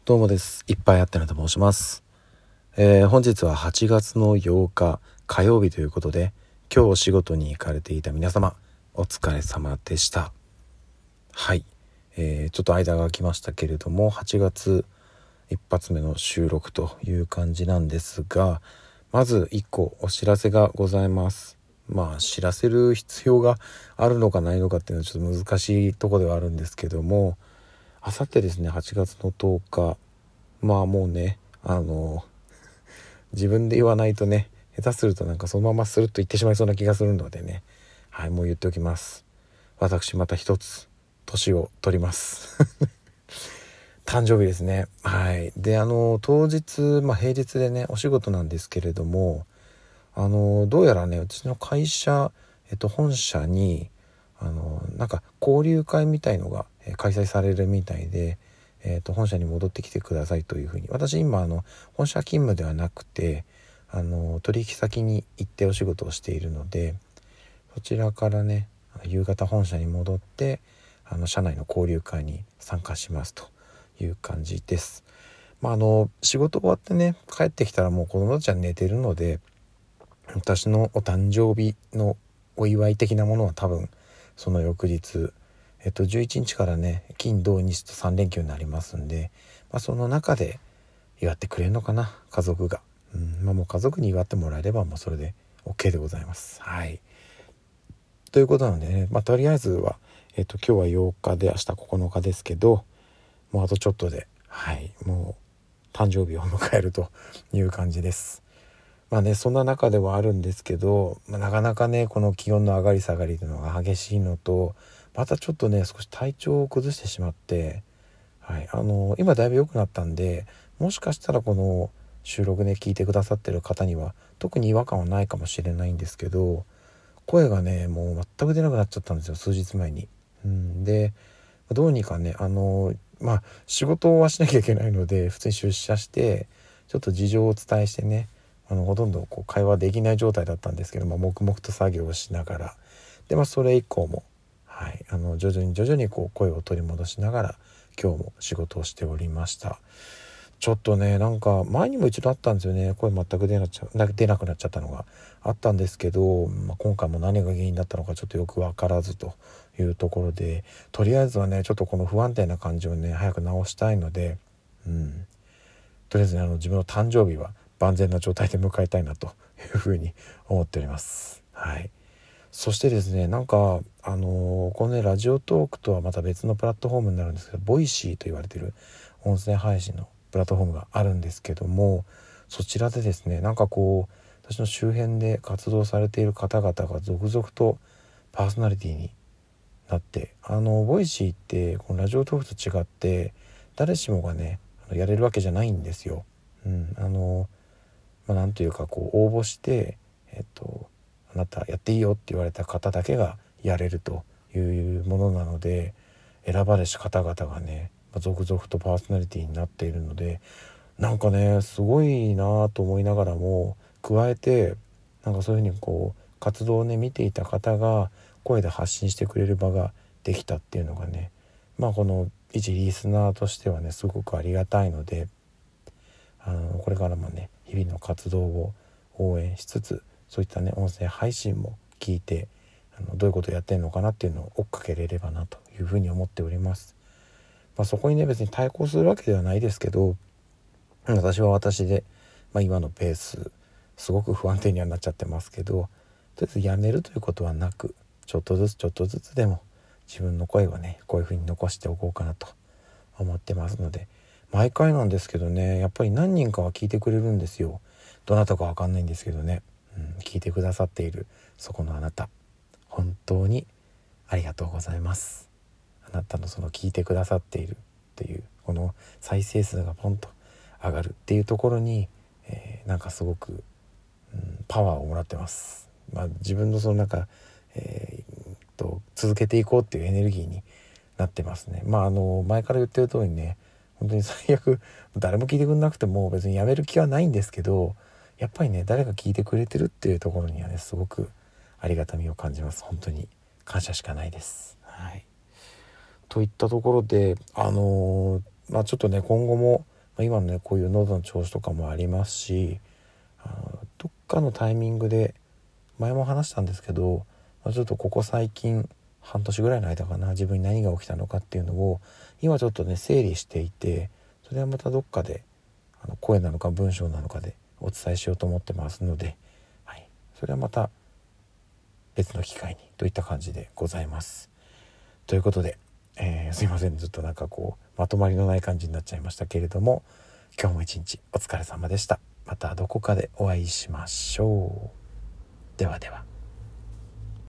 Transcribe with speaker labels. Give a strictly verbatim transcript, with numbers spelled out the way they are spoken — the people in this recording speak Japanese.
Speaker 1: どうもです。いっぱいあってなと申します。えー、本日ははちがつのようか火曜日ということで、今日お仕事に行かれていた皆様お疲れ様でした。はい、えー、ちょっと間が空きましたけれども、はちがつ一発目の収録という感じなんですが、まずいっこお知らせがございます。まあ知らせる必要があるのかないのかっていうのはちょっと難しいところではあるんですけども、あさってですね、はちがつのとおか、まあもうね、あの自分で言わないとね、下手するとなんかそのままスルッと言ってしまいそうな気がするのでね、はい、もう言っておきます。私また一つ年を取ります誕生日ですね。はい。で、あの当日、まあ平日でねお仕事なんですけれども、あのどうやらね、うちの会社、えっと本社にあのなんか交流会みたいのが開催されるみたいで、えっと本社に戻ってきてくださいというふうに、私今あの本社勤務ではなくて、あの取引先に行ってお仕事をしているので、そちらからね夕方本社に戻ってあの社内の交流会に参加しますという感じです。まあ、あの仕事終わってね帰ってきたらもう子供たちは寝てるので、私のお誕生日のお祝い的なものは多分その翌日、えっと、じゅういちにちからね金土日とさん連休になりますんで、まあ、その中で祝ってくれるのかな、家族が、うんまあ、もう家族に祝ってもらえればもうそれで OK でございます。はい、ということなのでね、まあ、とりあえずは、えっと、今日はようかで明日ここのかですけど、もうあとちょっとで、はい、もう誕生日を迎えるという感じです。まあね、そんな中ではあるんですけど、まあ、なかなかねこの気温の上がり下がりというのが激しいのと、またちょっとね少し体調を崩してしまって、はい、あの今だいぶ良くなったんで、もしかしたらこの収録で聞いてくださってる方には特に違和感はないかもしれないんですけど、声がねもう全く出なくなっちゃったんですよ、数日前に。うんでどうにかね、あのまあ仕事はしなきゃいけないので普通に出社してちょっと事情をお伝えしてね、あのほとんどこう会話できない状態だったんですけど、まあ、黙々と作業をしながらで、まあ、それ以降も、はい、あの徐々に徐々にこう声を取り戻しながら今日も仕事をしておりました。ちょっとねなんか前にも一度あったんですよね、声全く出なっちゃ出なくなっちゃったのがあったんですけど、まあ、今回も何が原因だったのかちょっとよく分からずというところで、とりあえずはねちょっとこの不安定な感じをね早く直したいので、うんとりあえずねあの自分の誕生日は万全な状態で迎えたいなというふうに思っております。はい。そしてですね、なんかあのー、このねラジオトークとはまた別のプラットフォームになるんですけど、ボイシーと言われている音声配信のプラットフォームがあるんですけども、そちらでですねなんかこう私の周辺で活動されている方々が続々とパーソナリティになって、あのボイシーってこのラジオトークと違って誰しもがねやれるわけじゃないんですよ。うん、あのまあ、なんというかこう応募してえっとあなたやっていいよって言われた方だけがやれるというものなので、選ばれし方々がね続々とパーソナリティになっているので、なんかねすごいなと思いながらも、加えてなんかそういうふうにこう活動をね見ていた方が声で発信してくれる場ができたっていうのがね、まあこの一リスナーとしてはねすごくありがたいので、あのこれからもね日々の活動を応援しつつ、そういったね音声配信も聞いて、あのどういうことをやってるのかなっていうのを追っかけれればなというふうに思っております。まあ、そこにね別に対抗するわけではないですけど、私は私で、まあ、今のペースすごく不安定にはなっちゃってますけど、とりあえずやめるということはなく、ちょっとずつちょっとずつでも自分の声をねこういうふうに残しておこうかなと思ってますので、毎回なんですけどねやっぱり何人かは聞いてくれるんですよ。どなたかわかんないんですけどね、うん、聞いてくださっているそこのあなた、本当にありがとうございます。あなたのその聞いてくださっているっていうこの再生数がポンと上がるっていうところに、えー、なんかすごく、うん、パワーをもらってます。まあ、自分のそのなんか、えー、と続けていこうっていうエネルギーになってますね。まああの前から言ってる通りね、本当に最悪誰も聞いてくれなくても別にやめる気はないんですけど、やっぱりね誰か聞いてくれてるっていうところにはねすごくありがたみを感じます。本当に感謝しかないです。はい。といったところであのー、まあちょっとね今後もあ、今のねこういう喉の調子とかもありますし、あのどっかのタイミングで前も話したんですけど、まあ、ちょっとここ最近半年ぐらいの間かな、自分に何が起きたのかっていうのを今ちょっとね整理していて、それはまたどっかであの声なのか文章なのかでお伝えしようと思ってますので、はい、それはまた別の機会にといった感じでございます。ということで、えー、すいません、ずっとなんかこうまとまりのない感じになっちゃいましたけれども、今日も一日お疲れ様でした。またどこかでお会いしましょう。ではでは。